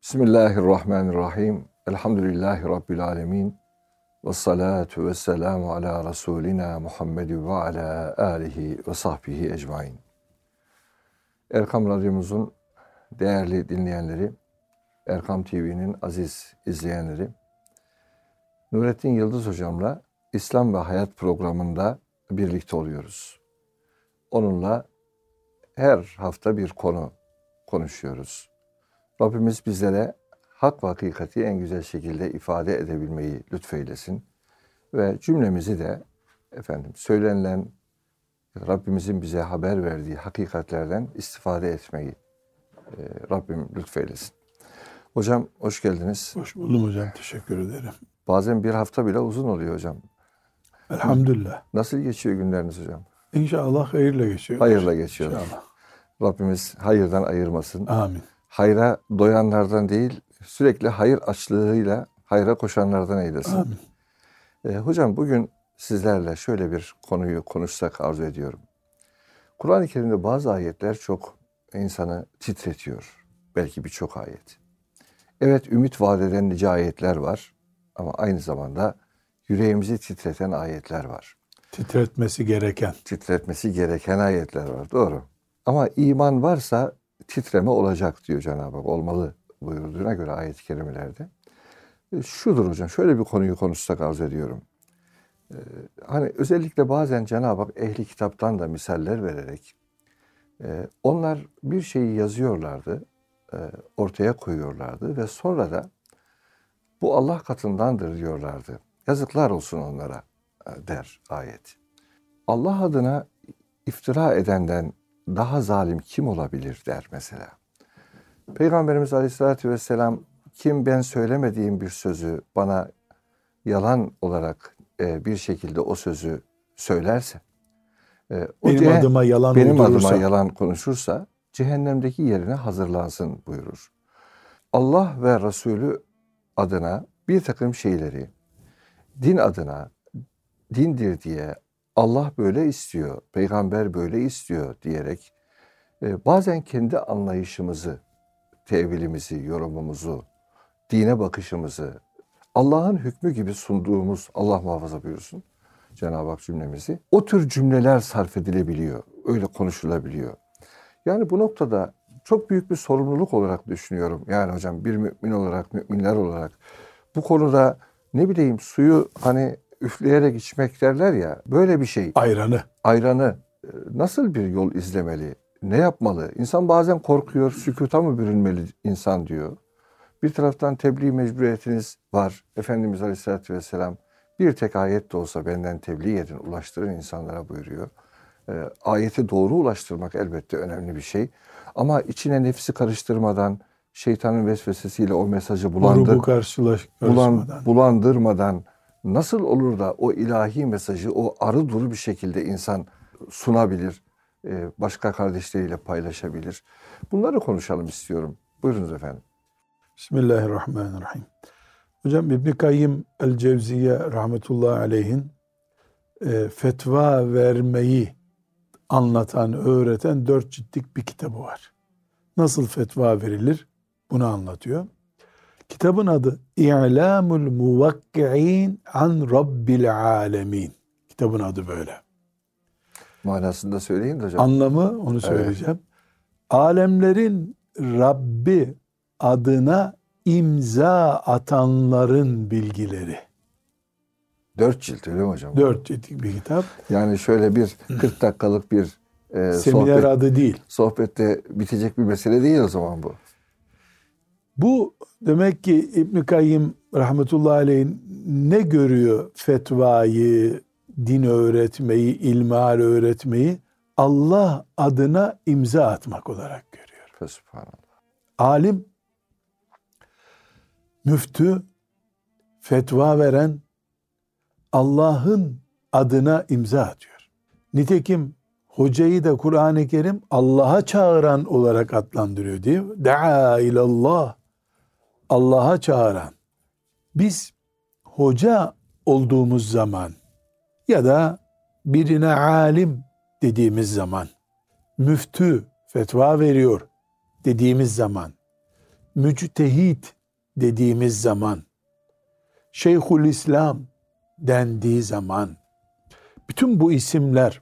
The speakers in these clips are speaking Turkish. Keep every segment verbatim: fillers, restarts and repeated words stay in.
Bismillahirrahmanirrahim. Elhamdülillahi Rabbil alemin. Ve salatu ve selamu ala Resulina Muhammedin ve ala alihi ve sahbihi ecmain. Erkam Radyomuzun değerli dinleyenleri, Erkam T V'nin aziz izleyenleri, Nurettin Yıldız Hocam'la İslam ve Hayat programında birlikte oluyoruz. Onunla her hafta bir konu konuşuyoruz. Rabbimiz bizlere hak ve hakikati en güzel şekilde ifade edebilmeyi lütfeylesin. Ve cümlemizi de efendim söylenilen Rabbimizin bize haber verdiği hakikatlerden istifade etmeyi e, Rabbim lütfeylesin. Hocam hoş geldiniz. Hoş buldum hocam. Teşekkür ederim. Bazen bir hafta bile uzun oluyor hocam. Elhamdülillah. Nasıl geçiyor günleriniz hocam? İnşallah hayırla geçiyor. Hayırla geçiyor. İnşallah. Rabbimiz hayırdan ayırmasın. Amin. Hayra doyanlardan değil, sürekli hayır açlığıyla hayra koşanlardan eylesin. Amin. Ee, hocam bugün sizlerle şöyle bir konuyu konuşsak arzu ediyorum. Kur'an-ı Kerim'de bazı ayetler çok insanı titretiyor. Belki birçok ayet. Evet, ümit vaat eden nice ayetler var. Ama aynı zamanda yüreğimizi titreten ayetler var. Titretmesi gereken. Titretmesi gereken ayetler var. Doğru. Ama iman varsa titreme olacak diyor Cenab-ı Hak. Olmalı buyurduğuna göre ayet-i kerimelerde. Şudur hocam, şöyle bir konuyu konuşsak arzu ediyorum. Ee, hani özellikle bazen Cenab-ı Hak ehli kitaptan da misaller vererek e, onlar bir şeyi yazıyorlardı, e, ortaya koyuyorlardı ve sonra da bu Allah katındandır diyorlardı. Yazıklar olsun onlara e, der ayet. Allah adına iftira edenden daha zalim kim olabilir der mesela. Peygamberimiz Aleyhisselatü Vesselam kim ben söylemediğim bir sözü bana yalan olarak e, bir şekilde o sözü söylerse, e, o benim ceh- adıma yalan benim uydurursa, adıma yalan konuşursa cehennemdeki yerine hazırlansın buyurur. Allah ve Resulü adına bir takım şeyleri din adına dindir diye Allah böyle istiyor, peygamber böyle istiyor diyerek e, bazen kendi anlayışımızı, tevilimizi, yorumumuzu, dine bakışımızı Allah'ın hükmü gibi sunduğumuz, Allah muhafaza buyursun Cenab-ı Hak cümlemizi, o tür cümleler sarf edilebiliyor, öyle konuşulabiliyor. Yani bu noktada çok büyük bir sorumluluk olarak düşünüyorum. Yani hocam bir mümin olarak, müminler olarak bu konuda ne bileyim suyu hani üfleyerek içmek derler ya, böyle bir şey. ayranı. Ayranı nasıl bir yol izlemeli? Ne yapmalı? İnsan bazen korkuyor, sükuta mı bürünmeli insan diyor. Bir taraftan tebliğ mecburiyetiniz var. Efendimiz Aleyhisselatü Vesselam bir tek ayet de olsa benden tebliğ edin, ulaştırın insanlara buyuruyor. E, ayeti doğru ulaştırmak elbette önemli bir şey. Ama içine nefsi karıştırmadan, şeytanın vesvesesiyle o mesajı bulandır, Grubu karşılaş, bulan, bulandırmadan nasıl olur da o ilahi mesajı o arı duru bir şekilde insan sunabilir, e, başka kardeşleriyle paylaşabilir. Bunları konuşalım istiyorum. Buyurunuz efendim. Bismillahirrahmanirrahim. Hocam İbn-i Kayyim el-Cevziye rahmetullahi aleyhin e, fetva vermeyi anlatan, öğreten dört ciltlik bir kitabı var. Nasıl fetva verilir? Bunu anlatıyor. Kitabın adı İ'lamul Muvakki'in an Rabbil Alemin. Kitabın adı böyle. Manasını da söyleyin de hocam. Anlamı onu söyleyeceğim. Evet. Alemlerin Rabbi adına imza atanların bilgileri. Dört cilt öyle mi hocam? Dört ciltlik bir kitap. Yani şöyle bir kırk dakikalık bir e, seminer sohbet, adı değil. Sohbette bitecek bir mesele değil o zaman bu. Bu demek ki İbn-i Kayyim rahmetullahi aleyh ne görüyor fetvayı, din öğretmeyi, ilmihal öğretmeyi? Allah adına imza atmak olarak görüyor. Subhanallah. Alim, müftü, fetva veren Allah'ın adına imza atıyor. Nitekim hocayı da Kur'an-ı Kerim Allah'a çağıran olarak adlandırıyor değil mi? Da'a ilallah. Allah'a çağıran. Biz hoca olduğumuz zaman ya da birine alim dediğimiz zaman, müftü fetva veriyor dediğimiz zaman müctehit dediğimiz zaman, Şeyhülislam dendiği zaman, bütün bu isimler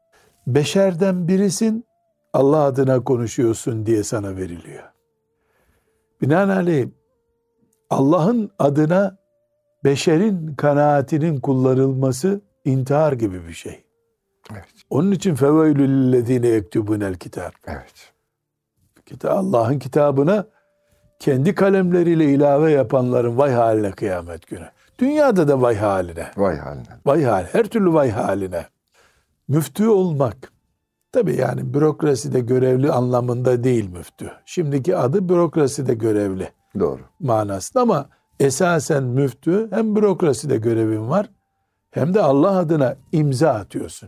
beşerden birisin, Allah adına konuşuyorsun diye sana veriliyor. Binaenaleyh Allah'ın adına beşerin kanaatinin kullanılması intihar gibi bir şey. Evet. Onun için feveylül lillezine yektubunel kitap. Evet. Allah'ın kitabına kendi kalemleriyle ilave yapanların vay haline kıyamet günü. Dünyada da vay haline. Vay haline. Vay haline. Her türlü vay haline. Müftü olmak. Tabii yani bürokraside görevli anlamında değil müftü. Şimdiki adı bürokraside görevli Doğru. manasında ama esasen müftü hem bürokraside görevin var hem de Allah adına imza atıyorsun.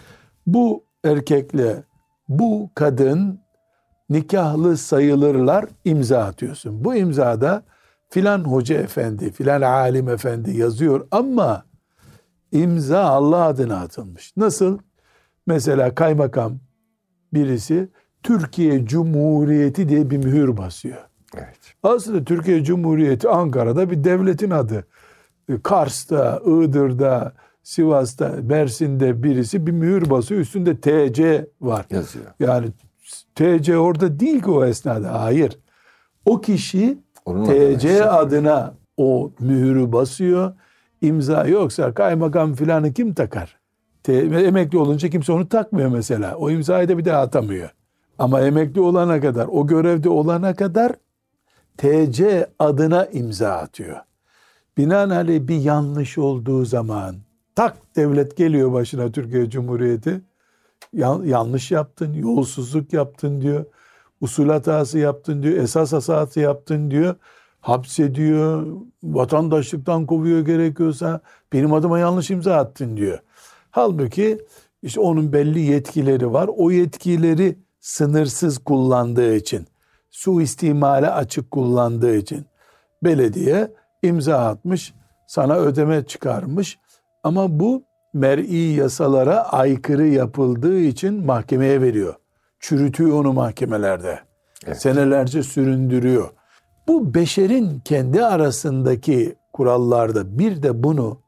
Bu erkekle bu kadın nikahlı sayılırlar, imza atıyorsun. Bu imzada filan hoca efendi, filan alim efendi yazıyor ama imza Allah adına atılmış. Nasıl? Mesela kaymakam birisi Türkiye Cumhuriyeti diye bir mühür basıyor. Evet. Aslında Türkiye Cumhuriyeti Ankara'da bir devletin adı. Kars'ta, Iğdır'da, Sivas'ta, Mersin'de birisi bir mühür basıyor. Üstünde T C var. Yazıyor. Yani T C orada değil ki o esnada. Hayır. O kişi Onun T C adına adına o mühürü basıyor. İmza yoksa kaymakam filanı kim takar? Te- emekli olunca kimse onu takmıyor mesela. O imzayı da bir daha atamıyor. Ama emekli olana kadar, o görevde olana kadar T C adına imza atıyor. Binaenaleyh bir yanlış olduğu zaman tak devlet geliyor başına Türkiye Cumhuriyeti. Yan, yanlış yaptın, yolsuzluk yaptın diyor. Usul hatası yaptın diyor. Esas hatası yaptın diyor. Hapsediyor. Vatandaşlıktan kovuyor gerekiyorsa. Benim adıma yanlış imza attın diyor. Halbuki işte onun belli yetkileri var. O yetkileri sınırsız kullandığı için, suistimale açık kullandığı için belediye imza atmış, sana ödeme çıkarmış. Ama bu mer'i yasalara aykırı yapıldığı için mahkemeye veriyor. Çürütüyor onu mahkemelerde. Evet. Senelerce süründürüyor. Bu beşerin kendi arasındaki kurallarda bir de bunu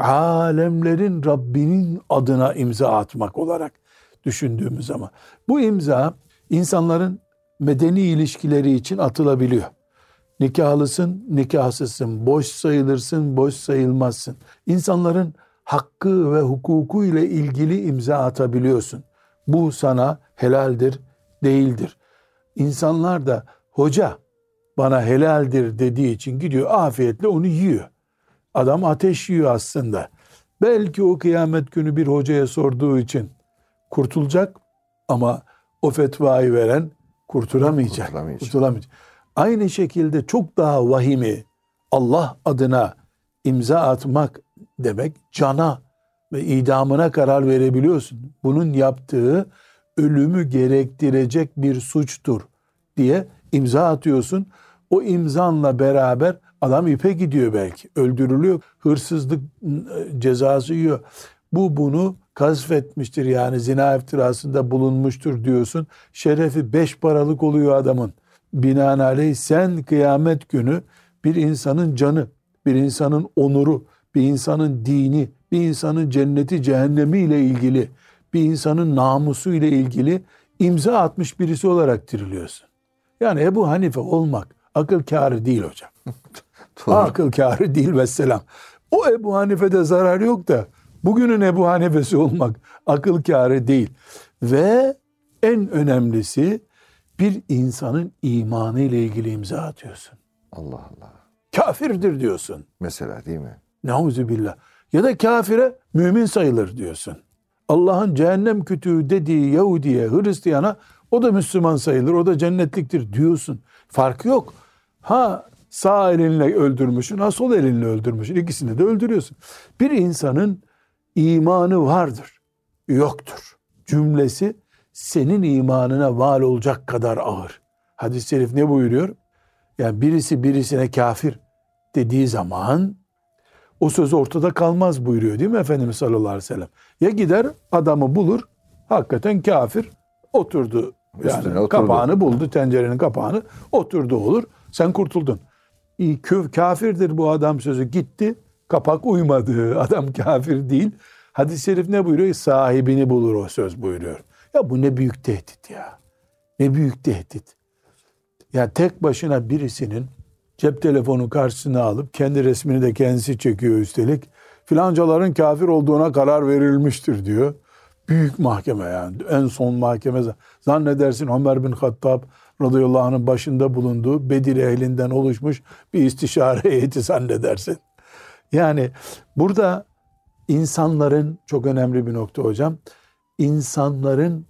alemlerin Rabbinin adına imza atmak olarak düşündüğümüz zaman bu imza insanların medeni ilişkileri için atılabiliyor. Nikahlısın, nikahsızsın, boş sayılırsın, boş sayılmazsın. İnsanların hakkı ve hukuku ile ilgili imza atabiliyorsun. Bu sana helaldir, değildir. İnsanlar da hoca bana helaldir dediği için gidiyor afiyetle onu yiyor. Adam ateş yiyor aslında. Belki o kıyamet günü bir hocaya sorduğu için kurtulacak ama o fetvayı veren kurtulamayacak. Kurtulamayacak. Kurtulamayacak. Aynı şekilde çok daha vahimi Allah adına imza atmak demek cana ve idamına karar verebiliyorsun. Bunun yaptığı ölümü gerektirecek bir suçtur diye imza atıyorsun. O imzanla beraber adam ipe gidiyor belki. Öldürülüyor. Hırsızlık cezası yiyor. Bu bunu kazfetmiştir yani zina iftirasında bulunmuştur diyorsun. Şerefi beş paralık oluyor adamın. Binaenaleyh sen kıyamet günü bir insanın canı, bir insanın onuru, bir insanın dini, bir insanın cenneti cehennemi ile ilgili, bir insanın namusu ile ilgili imza atmış birisi olarak diriliyorsun. Yani Ebu Hanife olmak akıl kârı değil hocam. Akıl kârı değil vesselam. O Ebu Hanife'de zarar yok da bugünün Ebu Hanife'si olmak akıl kârı değil. Ve en önemlisi bir insanın imanı ile ilgili imza atıyorsun. Allah Allah. Kafirdir diyorsun. Mesela değil mi? Nauzubillah. Ya da kafire mümin sayılır diyorsun. Allah'ın cehennem kütüğü dediği Yahudiye, Hristiyana o da Müslüman sayılır, o da cennetliktir diyorsun. Fark yok. Ha sağ elinle öldürmüşsün, ha sol elinle öldürmüşsün. İkisini de öldürüyorsun. Bir insanın imanı vardır, yoktur cümlesi senin imanına val olacak kadar ağır. Hadis-i şerif ne buyuruyor? Yani birisi birisine kafir dediği zaman o söz ortada kalmaz buyuruyor değil mi Efendimiz sallallahu aleyhi ve sellem? Ya gider adamı bulur, hakikaten kafir oturdu. Yani Üstüne oturdu. kapağını buldu, tencerenin kapağını oturdu olur. Sen kurtuldun. İyi, köv kafirdir bu adam sözü gitti. Kapak uymadı. Adam kafir değil. Hadis-i şerif ne buyuruyor? Sahibini bulur o söz buyuruyor. Ya bu ne büyük tehdit ya. Ne büyük tehdit. Ya tek başına birisinin cep telefonu karşısına alıp kendi resmini de kendisi çekiyor üstelik. Filancaların kafir olduğuna karar verilmiştir diyor. Büyük mahkeme yani. En son mahkeme. Zannedersin Ömer bin Hattab radıyallahu anh'ın başında bulunduğu Bedir ehlinden oluşmuş bir istişare heyeti zannedersin. Yani burada insanların, çok önemli bir nokta hocam, insanların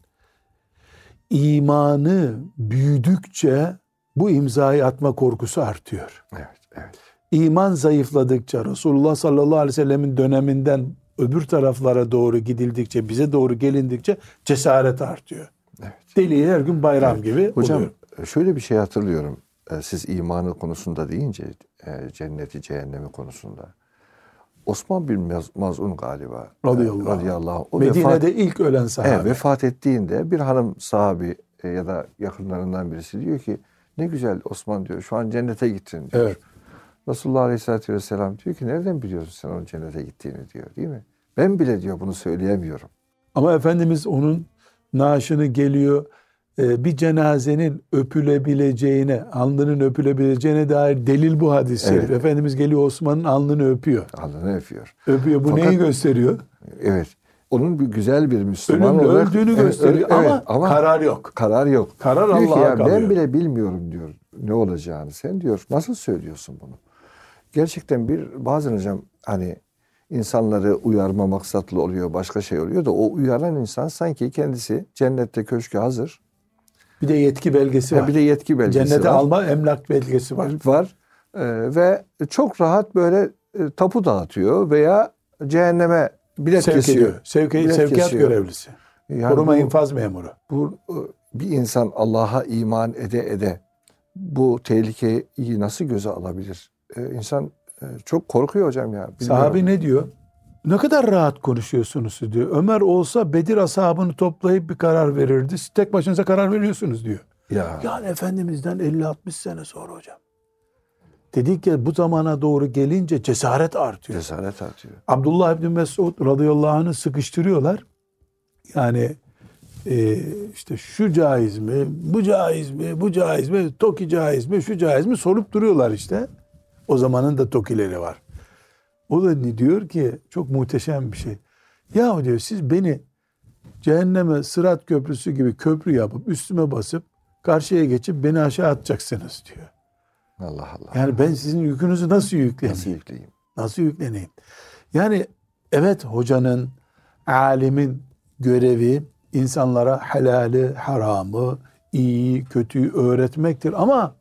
imanı büyüdükçe bu imzayı atma korkusu artıyor. Evet, evet. İman zayıfladıkça, Resulullah sallallahu aleyhi ve sellemin döneminden öbür taraflara doğru gidildikçe, bize doğru gelindikçe cesaret artıyor. Evet. Deli her gün bayram evet. gibi hocam, oluyor. Şöyle bir şey hatırlıyorum. Siz imanı konusunda deyince, cenneti, cehennemi konusunda. Osman bin Maz'un galiba. Radıyallahu, radıyallahu anh. Medine'de vefat, ilk ölen sahabe. Evet, vefat ettiğinde bir hanım sahabi ya da yakınlarından birisi diyor ki ne güzel Osman diyor şu an cennete gittin diyor. Evet. Resulullah Aleyhisselatü Vesselam diyor ki nereden biliyorsun sen onun cennete gittiğini diyor, değil mi? Ben bile diyor bunu söyleyemiyorum. Ama Efendimiz onun naaşını geliyor bir cenazenin öpülebileceğine, alnının öpülebileceğine dair delil bu hadis-i şerif. Evet. Efendimiz geliyor Osman'ın alnını öpüyor. Alnını öpüyor. Öpüyor. Bu Fakat, neyi gösteriyor? Evet. Onun bir güzel bir Müslüman Ölümle olarak öldüğünü gösteriyor evet, ama, ama karar yok. Karar yok. Karar diyor Allah'a ya, kalıyor. ben bile bilmiyorum diyor ne olacağını. Sen diyor nasıl söylüyorsun bunu? Gerçekten bir bazen hocam hani insanları uyarma maksatlı oluyor, başka şey oluyor da o uyaran insan sanki kendisi cennette köşkü hazır. Bir de yetki belgesi var. Bir de yetki belgesi Cennete var. alma emlak belgesi var. Var. Ee, ve çok rahat böyle e, tapu dağıtıyor veya cehenneme bilet Sevk kesiyor. ediyor. Sevk, Bilet sevkiyat kesiyor. görevlisi. Yani Koruma bu, infaz memuru. Bu bir insan Allah'a iman ede ede bu tehlikeyi nasıl göze alabilir? Ee, insan e, çok korkuyor hocam ya. Bilmiyorum. Sahabi ne diyor? Ne kadar rahat konuşuyorsunuz diyor. Ömer olsa Bedir ashabını toplayıp bir karar verirdi. Siz tek başınıza karar veriyorsunuz diyor. Ya. Yani Efendimiz'den elli altmış sene sonra hocam. Dedik ya bu zamana doğru gelince cesaret artıyor. Cesaret artıyor. Abdullah İbni Mesud radıyallahu anh'ı sıkıştırıyorlar. Yani e, işte şu caiz mi, bu caiz mi, bu caiz mi, toki caiz mi, şu caiz mi sorup duruyorlar işte. O zamanın da tokileri var. O da ne diyor ki çok muhteşem bir şey. Ya diyor siz beni cehenneme Sırat Köprüsü gibi köprü yapıp üstüme basıp karşıya geçip beni aşağı atacaksınız diyor. Allah Allah. Yani ben sizin yükünüzü nasıl yükleneyim? Nasıl yükleyeyim? Nasıl yükleneyim? Yani evet hocanın, alimin görevi insanlara helali, haramı, iyi, kötüyü öğretmektir ama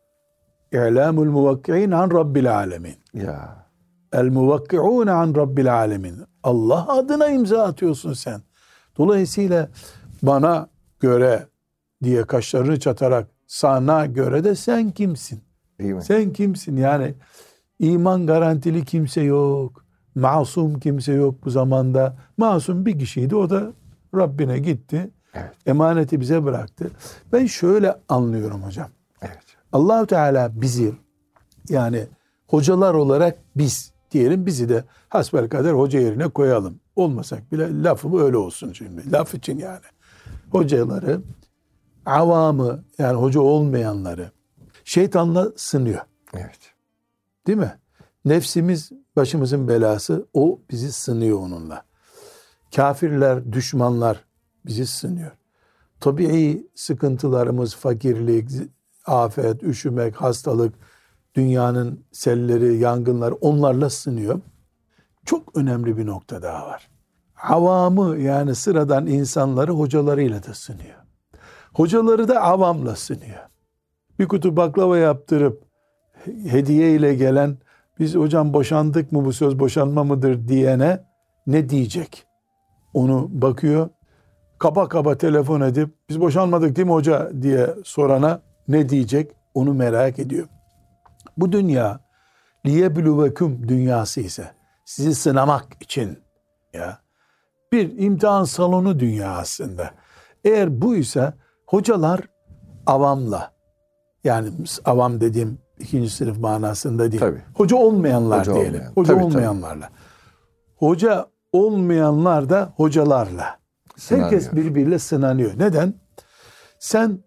i'lamul muvakki'in an rabbil alemin. Ya. El muvakki'un an rabbil alemin. Allah adına imza atıyorsun sen. Dolayısıyla bana göre diye kaşlarını çatarak sana göre de sen kimsin? Değil mi? Sen kimsin? Yani iman garantili kimse yok. Masum kimse yok bu zamanda. Masum bir kişiydi. O da Rabbine gitti. Evet. Emaneti bize bıraktı. Ben şöyle anlıyorum hocam. Evet. Allah-u Teala bizi yani hocalar olarak biz diyelim bizi de hasbelkader hoca yerine koyalım. Olmasak bile lafım öyle olsun şimdi. Laf için yani. Hocaları, avamı yani hoca olmayanları şeytanla sınıyor. Evet. Değil mi? Nefsimiz başımızın belası. O bizi sınıyor onunla. Kafirler, düşmanlar bizi sınıyor. Tabii sıkıntılarımız, fakirlik, afet, üşümek, hastalık, dünyanın selleri, yangınlar onlarla sınıyor. Çok önemli bir nokta daha var. Avamı yani sıradan insanları hocalarıyla da sınıyor. Hocaları da avamla sınıyor. Bir kutu baklava yaptırıp hediye ile gelen biz hocam boşandık mı bu söz boşanma mıdır diyene ne diyecek? Onu bakıyor kaba kaba telefon edip biz boşanmadık değil mi hoca diye sorana ne diyecek? Onu merak ediyor. Bu dünya liyebluvekum dünyası ise sizi sınamak için ya bir imtihan salonu dünya aslında. Eğer bu ise hocalar avamla Yani avam dediğim ikinci sınıf manasında değil. Tabii. Hoca olmayanlar Hoca diyelim. olmayan. Hoca Tabii, olmayanlarla. Hoca olmayanlar da hocalarla. Sınanıyor. Herkes birbiriyle sınanıyor. Neden? Sen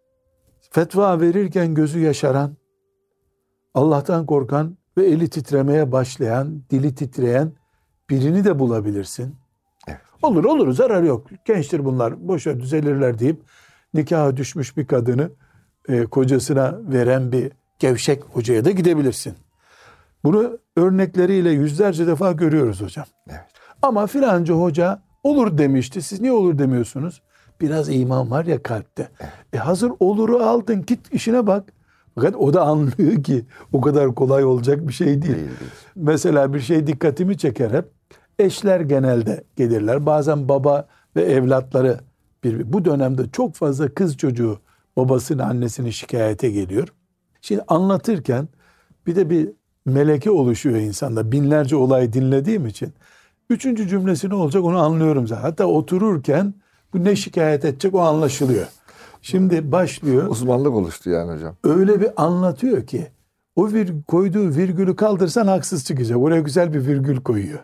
fetva verirken gözü yaşaran, Allah'tan korkan ve eli titremeye başlayan, dili titreyen birini de bulabilirsin. Evet. Olur olur, zarar yok. Gençtir bunlar, boşver düzelirler deyip nikaha düşmüş bir kadını e, kocasına veren bir gevşek hocaya da gidebilirsin. Bunu örnekleriyle yüzlerce defa görüyoruz hocam. Evet. Ama filanca hoca olur demişti. Siz niye olur demiyorsunuz? Biraz iman var ya kalpte. Evet. E hazır oluru aldın, git işine bak. Fakat o da anlıyor ki o kadar kolay olacak bir şey değil. Değil, değil. Mesela bir şey dikkatimi çeker hep. Eşler genelde gelirler. Bazen baba ve evlatları bir, bu dönemde çok fazla kız çocuğu babasını annesini şikayete geliyor. Şimdi anlatırken bir de bir meleke oluşuyor insanda. Binlerce olay dinlediğim için. Üçüncü cümlesi ne olacak onu anlıyorum zaten. Hatta otururken bu ne şikayet edecek o anlaşılıyor. Şimdi başlıyor. Uzmanlık oluştu yani hocam. Öyle bir anlatıyor ki o vir, koyduğu virgülü kaldırsan haksız çıkacak. Oraya güzel bir virgül koyuyor.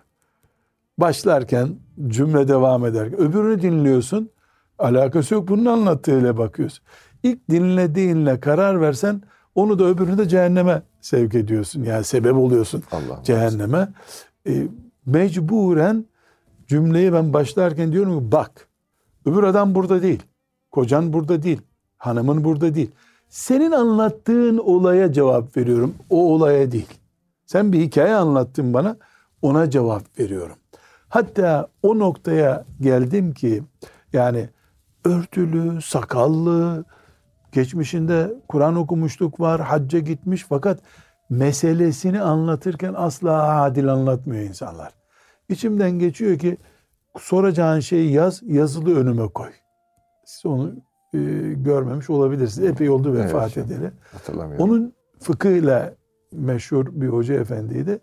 Başlarken cümle devam ederken öbürünü dinliyorsun. Alakası yok bunun anlattığıyla bakıyorsun. İlk dinlediğinle karar versen onu da öbürünü de cehenneme sevk ediyorsun. Yani sebep oluyorsun Allah cehenneme. E, mecburen cümleyi ben başlarken diyorum ki bak öbür adam burada değil. Kocan burada değil. Hanımın burada değil. Senin anlattığın olaya cevap veriyorum. O olaya değil. Sen bir hikaye anlattın bana. Ona cevap veriyorum. Hatta o noktaya geldim ki yani örtülü, sakallı, geçmişinde Kur'an okumuşluk var, hacca gitmiş fakat meselesini anlatırken asla adil anlatmıyor insanlar. İçimden geçiyor ki soracağın şeyi yaz, yazılı önüme koy. Siz onu e, görmemiş olabilirsiniz. Epey oldu vefat evet, edeli. Hatırlamıyorum. Onun fıkhıyla meşhur bir hoca efendiydi.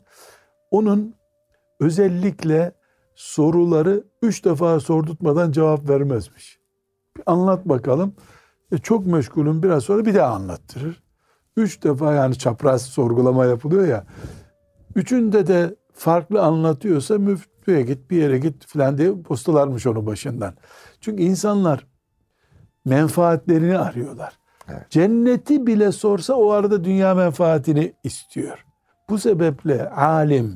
Onun özellikle soruları üç defa sordurtmadan cevap vermezmiş. Bir anlat bakalım. E çok meşgulüm biraz sonra bir daha anlattırır. Üç defa yani çapraz sorgulama yapılıyor ya. Üçünde de farklı anlatıyorsa müftüye git bir yere git filan diye postalarmış onu başından. Çünkü insanlar menfaatlerini arıyorlar. Evet. Cenneti bile sorsa o arada dünya menfaatini istiyor. Bu sebeple alim,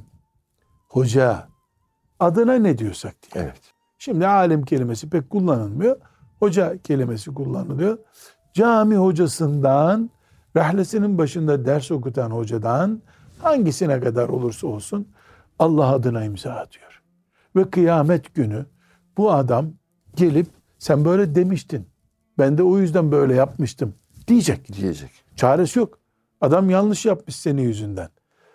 hoca adına ne diyorsak diye. Evet. Şimdi alim kelimesi pek kullanılmıyor. Hoca kelimesi kullanılıyor. Cami hocasından, rahlesinin başında ders okutan hocadan hangisine kadar olursa olsun Allah adına imza atıyor. Ve kıyamet günü bu adam gelip sen böyle demiştin. Ben de o yüzden böyle yapmıştım diyecek. Diyecek. Çaresi yok. Adam yanlış yapmış senin yüzünden.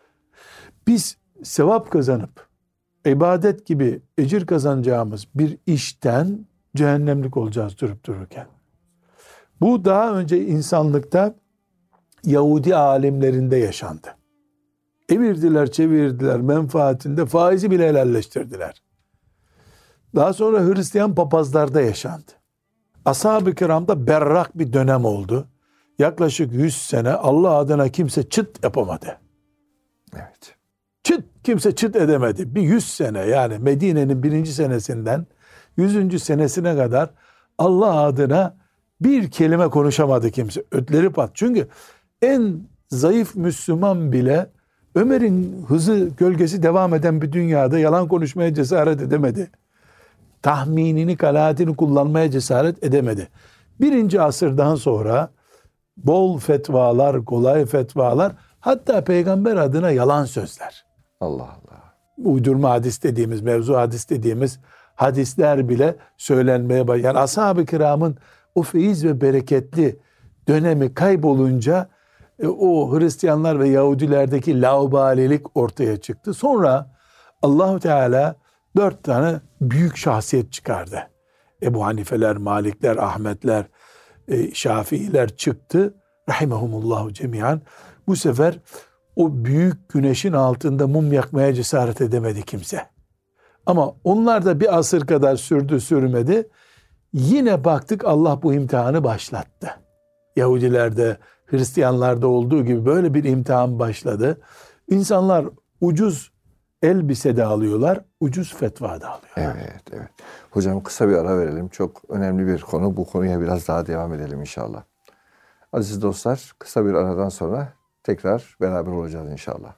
Biz sevap kazanıp ibadet gibi ecir kazanacağımız bir işten cehennemlik olacağız durup dururken. Bu daha önce insanlıkta Yahudi alimlerinde yaşandı. Evirdiler, çevirdiler, menfaatinde faizi bile helalleştirdiler. Daha sonra Hristiyan papazlarda yaşandı. Ashab-ı kiramda berrak bir dönem oldu. Yaklaşık yüz sene Allah adına kimse çıt yapamadı. Evet. Çıt kimse çıt edemedi. Bir yüz sene yani Medine'nin birinci senesinden yüzüncü senesine kadar Allah adına bir kelime konuşamadı kimse. Ötleri pat. Çünkü en zayıf Müslüman bile Ömer'in hızı gölgesi devam eden bir dünyada yalan konuşmaya cesaret edemedi. Tahminini, kanaatini kullanmaya cesaret edemedi. Birinci asırdan sonra bol fetvalar, kolay fetvalar, hatta peygamber adına yalan sözler. Allah Allah. Uydurma hadis dediğimiz, mevzu hadis dediğimiz hadisler bile söylenmeye başladı. Yani ashab-ı kiramın o feyiz ve bereketli dönemi kaybolunca e, o Hristiyanlar ve Yahudilerdeki laubalilik ortaya çıktı. Sonra Allahu Teala dört tane büyük şahsiyet çıkardı. Ebu Hanifeler, Malikler, Ahmetler, e, Şafiiler çıktı. Rahimehumullahu cemiyan. Bu sefer o büyük güneşin altında mum yakmaya cesaret edemedi kimse. Ama onlar da bir asır kadar sürdü sürmedi. Yine baktık Allah bu imtihanı başlattı. Yahudilerde, Hristiyanlarda olduğu gibi böyle bir imtihan başladı. İnsanlar ucuz elbise de alıyorlar, ucuz fetva da alıyorlar. Evet, evet. Hocam kısa bir ara verelim. Çok önemli bir konu. Bu konuya biraz daha devam edelim inşallah. Aziz dostlar, kısa bir aradan sonra tekrar beraber olacağız inşallah.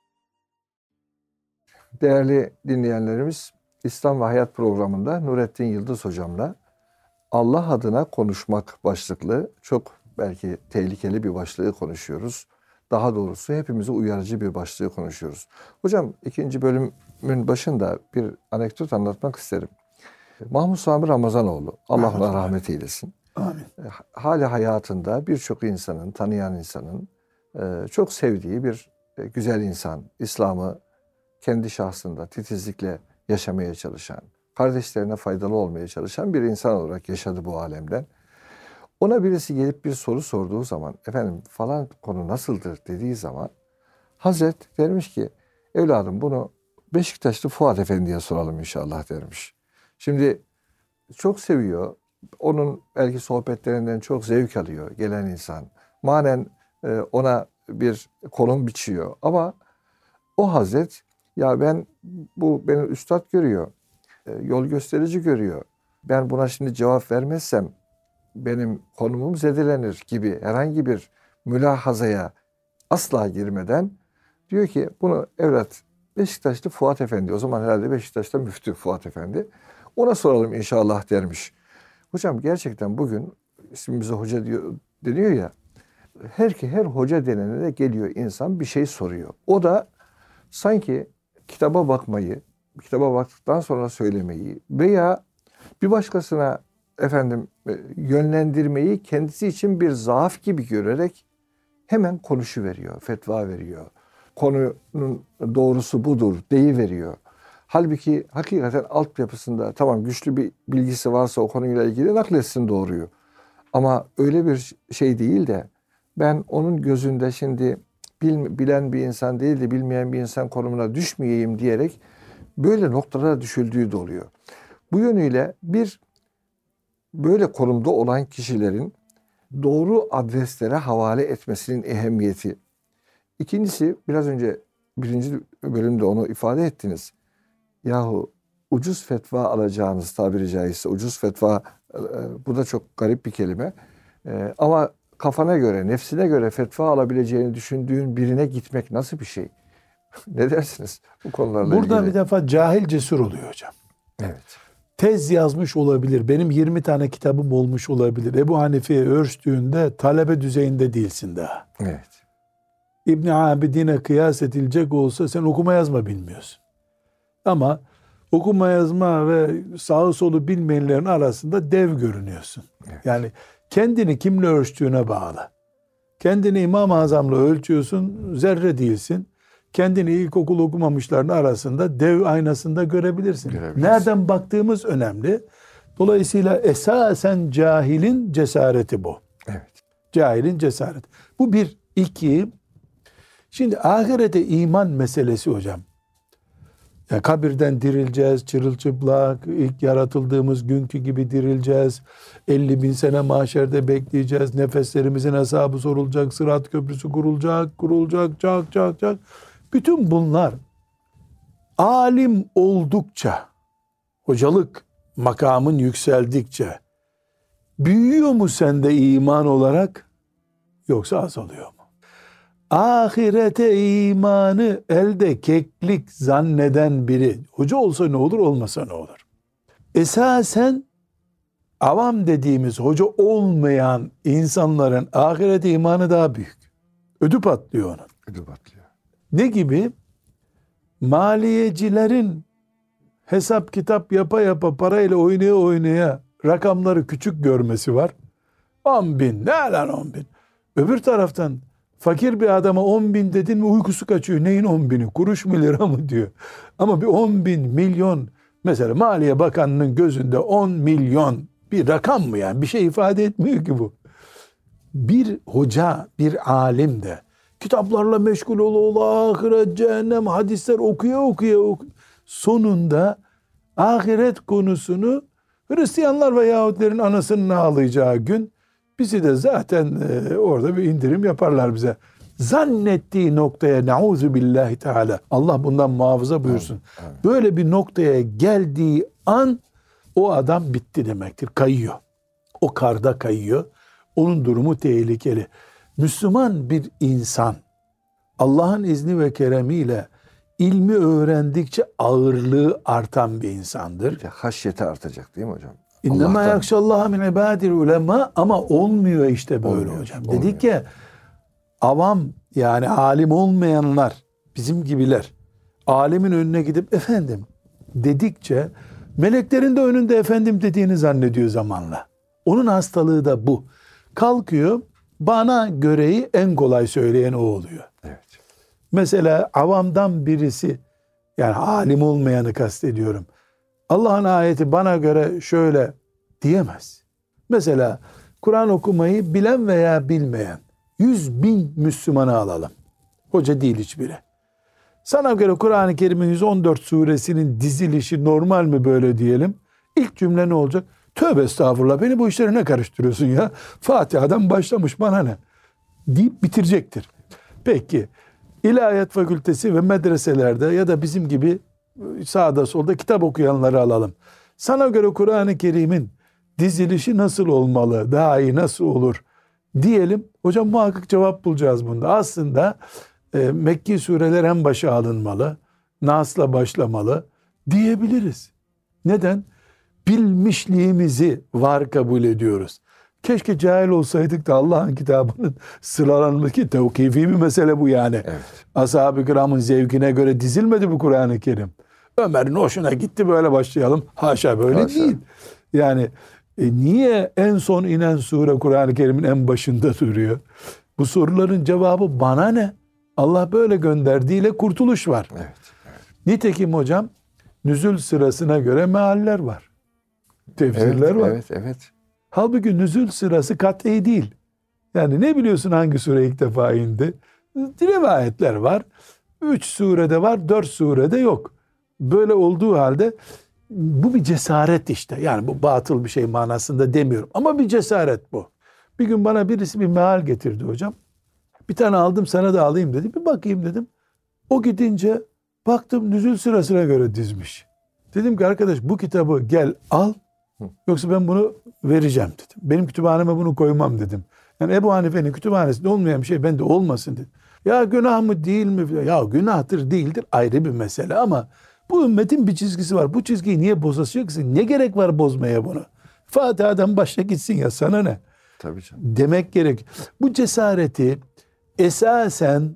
Değerli dinleyenlerimiz, İslam ve Hayat programında Nurettin Yıldız hocamla Allah adına konuşmak başlıklı çok belki tehlikeli bir başlığı konuşuyoruz. Daha doğrusu hepimizi uyarıcı bir başlığı konuşuyoruz. Hocam ikinci bölümün başında bir anekdot anlatmak isterim. Mahmud Sami Ramazanoğlu, Allah ona rahmet eylesin. Amin. Hali hayatında birçok insanın, tanıyan insanın çok sevdiği bir güzel insan. İslam'ı kendi şahsında titizlikle yaşamaya çalışan, kardeşlerine faydalı olmaya çalışan bir insan olarak yaşadı bu alemden. Ona birisi gelip bir soru sorduğu zaman, efendim falan konu nasıldır dediği zaman, Hazret dermiş ki, evladım bunu Beşiktaşlı Fuat Efendi'ye soralım inşallah dermiş. Şimdi çok seviyor, onun belki sohbetlerinden çok zevk alıyor gelen insan. Manen ona bir konum biçiyor ama o Hazret, ya ben bu beni üstad görüyor, yol gösterici görüyor. Ben buna şimdi cevap vermezsem benim konumum zedelenir gibi herhangi bir mülahazaya asla girmeden diyor ki bunu evlat Beşiktaşlı Fuat Efendi, o zaman herhalde Beşiktaş'ta müftü Fuat Efendi, ona soralım inşallah dermiş. Hocam gerçekten bugün ismimize hoca diyor, deniyor ya, her ki her hoca denene de geliyor insan bir şey soruyor. O da sanki kitaba bakmayı, kitaba baktıktan sonra söylemeyi veya bir başkasına efendim yönlendirmeyi kendisi için bir zaaf gibi görerek hemen konuşuveriyor, fetva veriyor. Konunun doğrusu budur deyiveriyor. Halbuki hakikaten altyapısında tamam güçlü bir bilgisi varsa o konuyla ilgili nakletsin doğruyu. Ama öyle bir şey değil de ben onun gözünde şimdi bilen bir insan değil de bilmeyen bir insan konumuna düşmeyeyim diyerek böyle noktalara düşüldüğü de oluyor. Bu yönüyle bir böyle konumda olan kişilerin doğru adreslere havale etmesinin ehemmiyeti. İkincisi biraz önce birinci bölümde onu ifade ettiniz. Yahu ucuz fetva alacağınız tabiri caizse ucuz fetva bu da çok garip bir kelime. Ama kafana göre, nefsine göre fetva alabileceğini düşündüğün birine gitmek nasıl bir şey? Ne dersiniz bu konularla Burada ilgili? bir defa cahil cesur oluyor hocam. Evet. Tez yazmış olabilir. Benim yirmi tane kitabım olmuş olabilir. Ebu Hanife'ye ölçtüğünde talebe düzeyinde değilsin daha. Evet. İbn Abidin'e kıyas edilecek olsa sen okuma yazma bilmiyorsun. Ama okuma yazma ve sağı solu bilmeyenlerin arasında dev görünüyorsun. Evet. Yani kendini kimle ölçtüğüne bağlı. Kendini İmam-ı Azam'la ölçüyorsun, zerre değilsin. Kendini ilkokul okumamışların arasında dev aynasında görebilirsin. Görebilirsin. Nereden baktığımız önemli. Dolayısıyla esasen cahilin cesareti bu. Evet. Cahilin cesareti. Bu bir. iki. Şimdi ahirete iman meselesi hocam. Ya kabirden dirileceğiz, çırılçıplak, ilk yaratıldığımız günkü gibi dirileceğiz. elli bin sene mahşerde bekleyeceğiz. Nefeslerimizin hesabı sorulacak, Sırat Köprüsü kurulacak, kurulacak, çak çak çak. Bütün bunlar alim oldukça, hocalık makamın yükseldikçe büyüyor mu sende iman olarak yoksa azalıyor mu? Ahirete imanı elde keklik zanneden biri hoca olsa ne olur, olmasa ne olur? Esasen avam dediğimiz hoca olmayan insanların ahirete imanı daha büyük. Ödü patlıyor onun. Ödü patlıyor. Ne gibi? Maliyecilerin hesap kitap yapa yapa parayla oynaya oynaya rakamları küçük görmesi var. on bin ne lan on bin? Öbür taraftan fakir bir adama on bin dedin mi uykusu kaçıyor. Neyin on bini? Kuruş mu lira mı diyor. Ama bir on bin milyon mesela Maliye Bakanı'nın gözünde on milyon bir rakam mı yani? Bir şey ifade etmiyor ki bu. Bir hoca, bir alim de kitaplarla meşgul ol, ol ahiret, cehennem, hadisler okuya okuya okuya. Sonunda ahiret konusunu Hristiyanlar ve Yahudilerin anasının ağlayacağı gün Bizi de zaten e, orada bir indirim yaparlar bize. Zannettiği noktaya nauzu billahi teala. Allah bundan muhafaza buyursun. Amin, amin. Böyle bir noktaya geldiği an o adam bitti demektir. Kayıyor. O karda kayıyor. Onun durumu tehlikeli. Müslüman bir insan Allah'ın izni ve keremiyle ilmi öğrendikçe ağırlığı artan bir insandır. İşte haşyeti artacak değil mi hocam? İnnemâ Allah'tan. yakşallâhe min ibâdil ulema, ama olmuyor işte böyle Olmuyor, hocam. olmuyor. Dedik ya, avam yani alim olmayanlar, bizim gibiler alimin önüne gidip efendim dedikçe meleklerin de önünde efendim dediğini zannediyor zamanla. Onun hastalığı da bu. Kalkıyor, bana göreyi en kolay söyleyen o oluyor. Evet. Mesela avamdan birisi, yani alim olmayanı kastediyorum, Allah'ın ayeti bana göre şöyle diyemez. Mesela Kur'an okumayı bilen veya bilmeyen yüz bin Müslümanı alalım. Hoca değil hiçbiri. Sana göre Kur'an-ı Kerim'in yüz on dört suresinin dizilişi normal mi böyle diyelim? İlk cümle ne olacak? Tövbe estağfurullah, beni bu işlere ne karıştırıyorsun ya? Fatiha'dan başlamış, bana ne? Deyip bitirecektir. Peki ilahiyat fakültesi ve medreselerde ya da bizim gibi sağda solda kitap okuyanları alalım. Sana göre Kur'an-ı Kerim'in dizilişi nasıl olmalı, daha iyi nasıl olur diyelim. Hocam muhakkak cevap bulacağız bunda. Aslında e, Mekki sureler en başa alınmalı, Nas'la başlamalı diyebiliriz. Neden? Bilmişliğimizi var kabul ediyoruz. Keşke cahil olsaydık da Allah'ın kitabının sıralanması, ki tevkifi bir mesele bu yani. Evet. Ashab-ı kiramın zevkine göre dizilmedi bu Kur'an-ı Kerim. Ömer'in hoşuna gitti, böyle başlayalım. Haşa, böyle Haşa. değil. Yani e, niye en son inen sure Kur'an-ı Kerim'in en başında duruyor? Bu soruların cevabı bana ne? Allah böyle gönderdiğiyle kurtuluş var. Evet. Evet. Nitekim hocam nüzul sırasına göre mealler var. Tefsirler Evet, var. evet, evet. Halbuki nüzul sırası kat'i değil. Yani ne biliyorsun hangi sure ilk defa indi? Rivayetler var. Üç surede var, dört surede yok. Böyle olduğu halde bu bir cesaret işte. Yani bu batıl bir şey manasında demiyorum. Ama bir cesaret bu. Bir gün bana birisi bir meal getirdi hocam. Bir tane aldım, sana da alayım dedi. Bir bakayım dedim. O gidince baktım nüzul sırasına göre dizmiş. Dedim ki arkadaş, bu kitabı gel al. Yoksa ben bunu vereceğim dedim. Benim kütüphaneme bunu koymam dedim. Yani Ebu Hanife'nin kütüphanesinde olmayan bir şey bende olmasın dedim. Ya günah mı değil mi? Ya günahtır değildir ayrı bir mesele, ama bu ümmetin bir çizgisi var. Bu çizgiyi niye bozacaksın? Ne gerek var bozmaya bunu? Fatiha'dan başla gitsin ya, sana ne? Tabii canım. Demek gerek. Bu cesareti esasen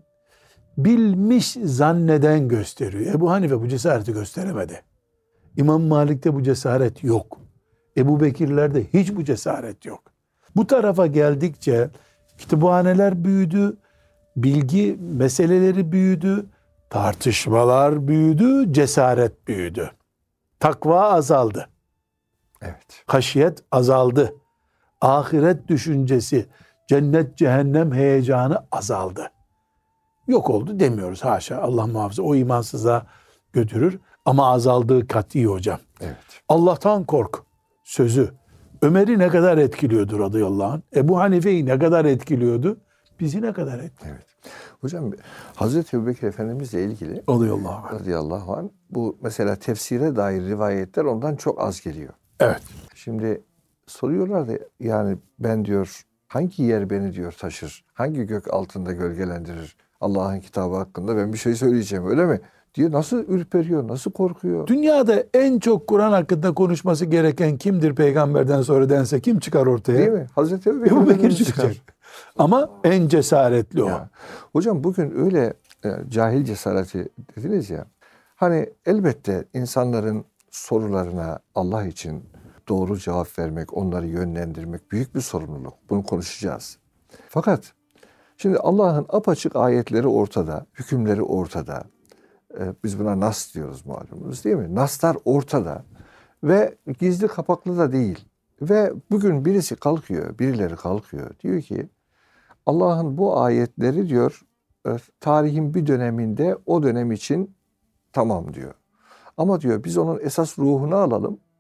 bilmiş zanneden gösteriyor. Ebu Hanife bu cesareti gösteremedi. İmam Malik'te bu cesaret yok. Ebu Bekirlerde hiç bu cesaret yok. Bu tarafa geldikçe kütüphaneler büyüdü, bilgi meseleleri büyüdü, tartışmalar büyüdü, cesaret büyüdü. Takva azaldı. Evet. Haşiyet azaldı. Ahiret düşüncesi, cennet cehennem heyecanı azaldı. Yok oldu demiyoruz, haşa, Allah muhafaza, o imansızlığa götürür, ama azaldığı kat'i hocam. Evet. Allah'tan kork sözü Ömer'i ne kadar etkiliyordu radıyallahu anh? Ebu Hanife'yi ne kadar etkiliyordu? Bizi ne kadar etkiliyor? Evet. Hocam Hazreti Ebubekir Efendimizle ilgili Radıyallahu anh. radıyallahu anh bu mesela tefsire dair rivayetler ondan çok az geliyor. Evet. Şimdi soruyorlar da, yani ben diyor hangi yer beni diyor taşır? Hangi gök altında gölgelendirir? Allah'ın kitabı hakkında ben bir şey söyleyeceğim, öyle mi? Diye nasıl ürperiyor, nasıl korkuyor? Dünyada en çok Kur'an hakkında konuşması gereken kimdir peygamberden sonra dense kim çıkar ortaya? Değil mi? Hazreti Ebubekir Ebu Bekir Efendimiz çıkacak. Ama en cesaretli o. Ya. Hocam bugün öyle e, cahil cesareti dediniz ya. Hani elbette insanların sorularına Allah için doğru cevap vermek, onları yönlendirmek büyük bir sorumluluk. Bunu konuşacağız. Fakat şimdi Allah'ın apaçık ayetleri ortada, hükümleri ortada. E, biz buna nas diyoruz malumunuz, değil mi? Naslar ortada ve gizli kapaklı da değil. Ve bugün birisi kalkıyor, birileri kalkıyor. Diyor ki Allah'ın bu ayetleri diyor tarihin bir döneminde o dönem için tamam diyor. Ama diyor biz onun esas ruhunu alalım.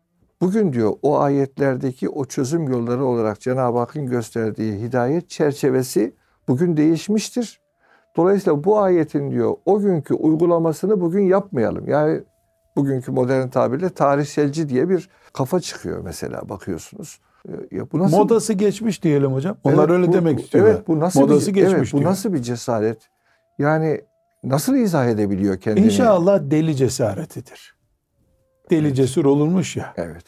Bugün diyor o ayetlerdeki o çözüm yolları olarak Cenab-ı Hakk'ın gösterdiği hidayet çerçevesi bugün değişmiştir. Dolayısıyla bu ayetin diyor o günkü uygulamasını bugün yapmayalım. Yani bugünkü modern tabirle tarihselci diye bir kafa çıkıyor mesela bakıyorsunuz. Ya bu nasıl, modası geçmiş diyelim hocam. Onlar evet, öyle bu, demek istiyorlar. Evet, bu nasıl modası bir, geçmiş evet, bu diyor. nasıl bir cesaret? Yani nasıl izah edebiliyor kendini? İnşallah deli cesaretidir. Deli evet. Cesur olurmuş ya. Evet.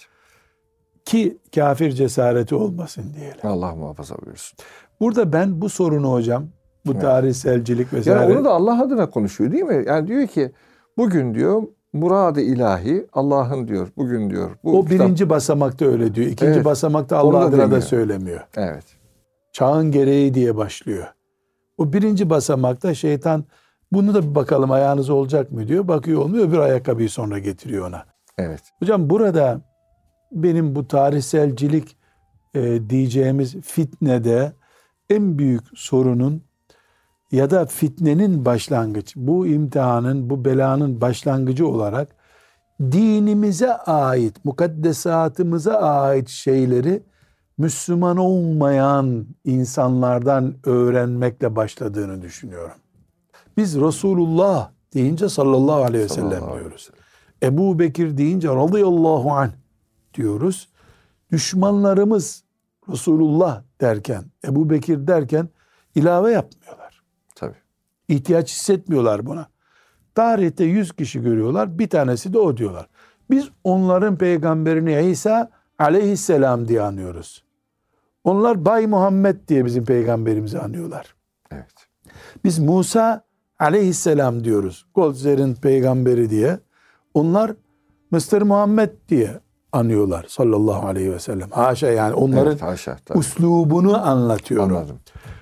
Ki kafir cesareti olmasın diyelim. Allah muhafaza buyursun. Burada ben bu sorunu hocam, bu evet. tarihselcilik vesaire. Yani onu da Allah adına konuşuyor değil mi? Yani diyor ki bugün diyor murad-ı ilahi Allah'ın diyor bugün diyor. Bu o kitap... birinci basamakta öyle diyor. İkinci evet. basamakta Allah adına demiyor. Da söylemiyor. Evet. Çağın gereği diye başlıyor. O birinci basamakta şeytan bunu da bir bakalım ayağınız olacak mı diyor. Bakıyor olmuyor, bir ayakkabıyı sonra getiriyor ona. Evet. Hocam burada benim bu tarihselcilik e, diyeceğimiz fitnede en büyük sorunun ya da fitnenin başlangıç, bu imtihanın, bu belanın başlangıcı olarak dinimize ait, mukaddesatımıza ait şeyleri Müslüman olmayan insanlardan öğrenmekle başladığını düşünüyorum. Biz Resulullah deyince sallallahu aleyhi ve sellem sallallahu diyoruz. Ebu Bekir deyince radıyallahu anh diyoruz. Düşmanlarımız Resulullah derken, Ebu Bekir derken ilave yapmıyorlar. Tabii. İhtiyaç hissetmiyorlar buna. Tarihte yüz kişi görüyorlar, bir tanesi de o diyorlar. Biz onların peygamberini İsa aleyhisselam diye anıyoruz. Onlar Bay Muhammed diye bizim peygamberimizi anıyorlar. Evet. Biz Musa aleyhisselam diyoruz. Goldzer'in peygamberi diye. Onlar mister Muhammed diye anıyorlar sallallahu aleyhi ve sellem. Haşa yani onların evet, haşa, uslubunu anlatıyorum. Anladım.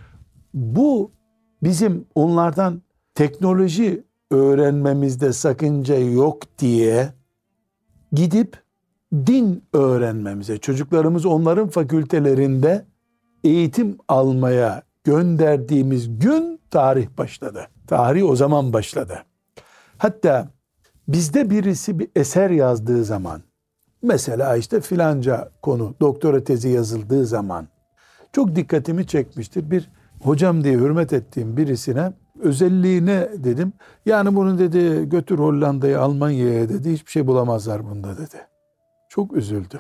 Bu bizim onlardan teknoloji öğrenmemizde sakınca yok diye gidip din öğrenmemize, çocuklarımızı onların fakültelerinde eğitim almaya gönderdiğimiz gün tarih başladı. Tarih o zaman başladı. Hatta bizde birisi bir eser yazdığı zaman, mesela işte filanca konu, doktora tezi yazıldığı zaman çok dikkatimi çekmiştir. Bir hocam diye hürmet ettiğim birisine özelliği ne dedim. Yani bunu dedi götür Hollanda'ya, Almanya'ya dedi. Hiçbir şey bulamazlar bunda dedi. Çok üzüldüm.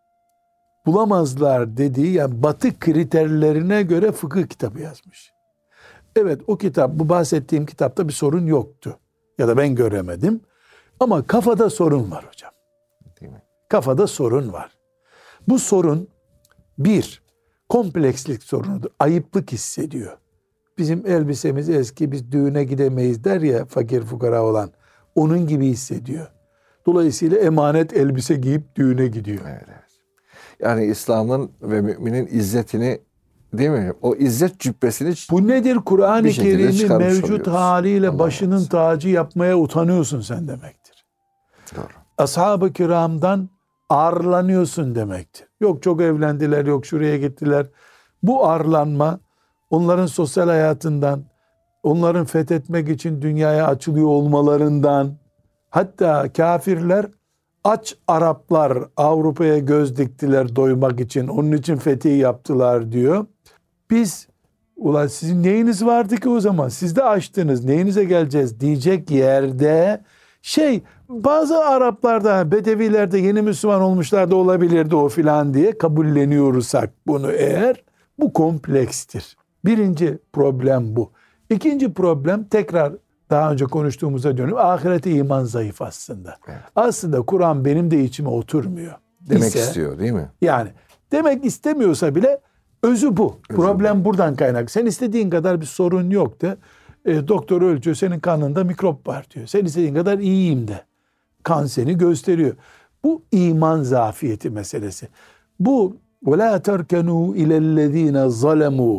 Bulamazlar dediği yani batı kriterlerine göre fıkıh kitabı yazmış. Evet o kitap, bu bahsettiğim kitapta bir sorun yoktu. Ya da ben göremedim. Ama kafada sorun var hocam. Değil mi? Kafada sorun var. Bu sorun bir, komplekslik sorunudur. Ayıplık hissediyor. Bizim elbisemiz eski, biz düğüne gidemeyiz der ya fakir fukara olan. Onun gibi hissediyor. Dolayısıyla emanet elbise giyip düğüne gidiyor. Evet, evet. Yani İslam'ın ve müminin izzetini, değil mi? O izzet cübbesini bu nedir? Kur'an-ı Kerim'i mevcut oluyoruz. Haliyle Allah başının Allah. Tacı yapmaya utanıyorsun sen demektir. Doğru. Ashab-ı kiramdan arlanıyorsun demektir. Yok çok evlendiler, yok şuraya gittiler. Bu arlanma onların sosyal hayatından, onların fethetmek için dünyaya açılıyor olmalarından, hatta kafirler aç Araplar Avrupa'ya göz diktiler doymak için, onun için fetih yaptılar diyor. Biz ulan sizin neyiniz vardı ki o zaman? Siz de açtınız, neyinize geleceğiz diyecek yerde şey, bazı Araplarda, Bedevilerde yeni Müslüman olmuşlar da olabilirdi o filan diye kabulleniyorsak bunu eğer, bu komplekstir. Birinci problem bu. İkinci problem tekrar daha önce konuştuğumuza dönüp ahirete iman zayıf aslında. Evet. Aslında Kur'an benim de içime oturmuyor. Demek ise, istiyor değil mi? Yani demek istemiyorsa bile özü bu. Özü problem bu. Buradan kaynak. Sen istediğin kadar bir sorun yok de. E, doktor ölçüyor, senin kanında mikrop var diyor. Sen istediğin kadar iyiyim de. Kan seni gösteriyor. Bu iman zafiyeti meselesi. Bu وَلَا تَرْكَنُوا اِلَى الَّذ۪ينَ ظَلَمُوا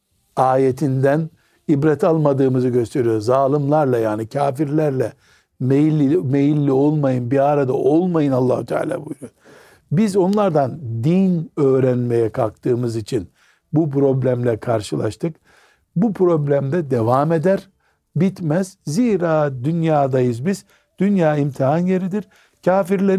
ayetinden ibret almadığımızı gösteriyor. Zalimlerle yani kafirlerle meyilli, meyilli olmayın, bir arada olmayın Allah-u Teala buyuruyor. Biz onlardan din öğrenmeye kalktığımız için bu problemle karşılaştık. Bu problem de devam eder, bitmez. Zira dünyadayız biz. Dünya imtihan yeridir. Kafirlerin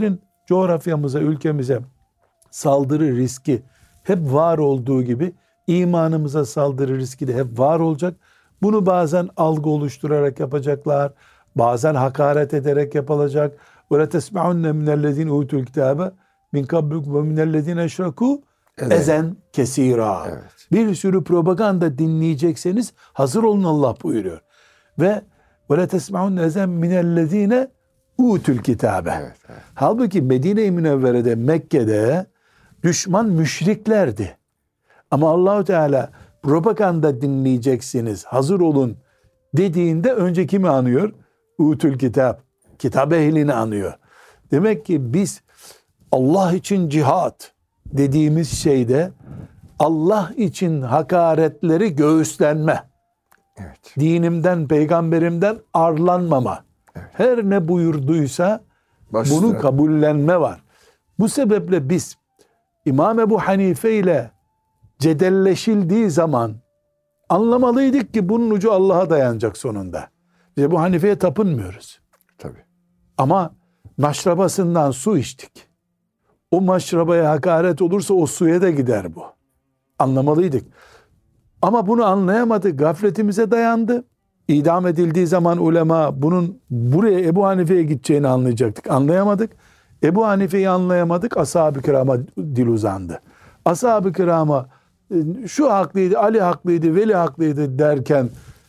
coğrafyamıza, ülkemize saldırı riski hep var olduğu gibi imanımıza saldırı riski de hep var olacak. Bunu bazen algı oluşturarak yapacaklar, bazen hakaret ederek yapılacak. وَلَا تَسْمَعُنَّ مِنَ الَّذ۪ينَ اُوتُوا الْكِتَابَ مِنْ قَبْلُكُمْ وَمِنَ الَّذ۪ينَ اَشْرَكُوا ezen kesira. Evet. Bir sürü propaganda dinleyecekseniz hazır olun Allah buyuruyor. Ve وَلَا تَسْمَعُنَّ اَذَنْ مِنَ الَّذ۪ينَ اُوتُوا الْكِتَابَ. Evet, evet. Halbuki Medine-i Münevvere'de, Mekke'de düşman müşriklerdi. Ama Allahu Teala propaganda dinleyeceksiniz, hazır olun dediğinde önce kimi anıyor? Utul kitap, kitap ehlini anıyor. Demek ki biz Allah için cihat dediğimiz şeyde Allah için hakaretleri göğüslenme, Evet. dinimden, peygamberimden arlanmama, Evet. her ne buyurduysa Baş bunu üstüne. kabullenme var. Bu sebeple biz İmam Ebu Hanife ile cedelleşildiği zaman anlamalıydık ki bunun ucu Allah'a dayanacak sonunda. Biz Ebu Hanife'ye tapınmıyoruz. Tabii. Ama maşrabasından su içtik. O maşrabaya hakaret olursa o suya da gider bu. Anlamalıydık. Ama bunu anlayamadık. Gafletimize dayandı. İdam edildiği zaman ulema bunun buraya Ebu Hanife'ye gideceğini anlayacaktık. Anlayamadık. Ebu Hanife'yi anlayamadık. Ashab-ı kirama dil uzandı. Ashab-ı kirama şu haklıydı, Ali haklıydı, Veli haklıydı derken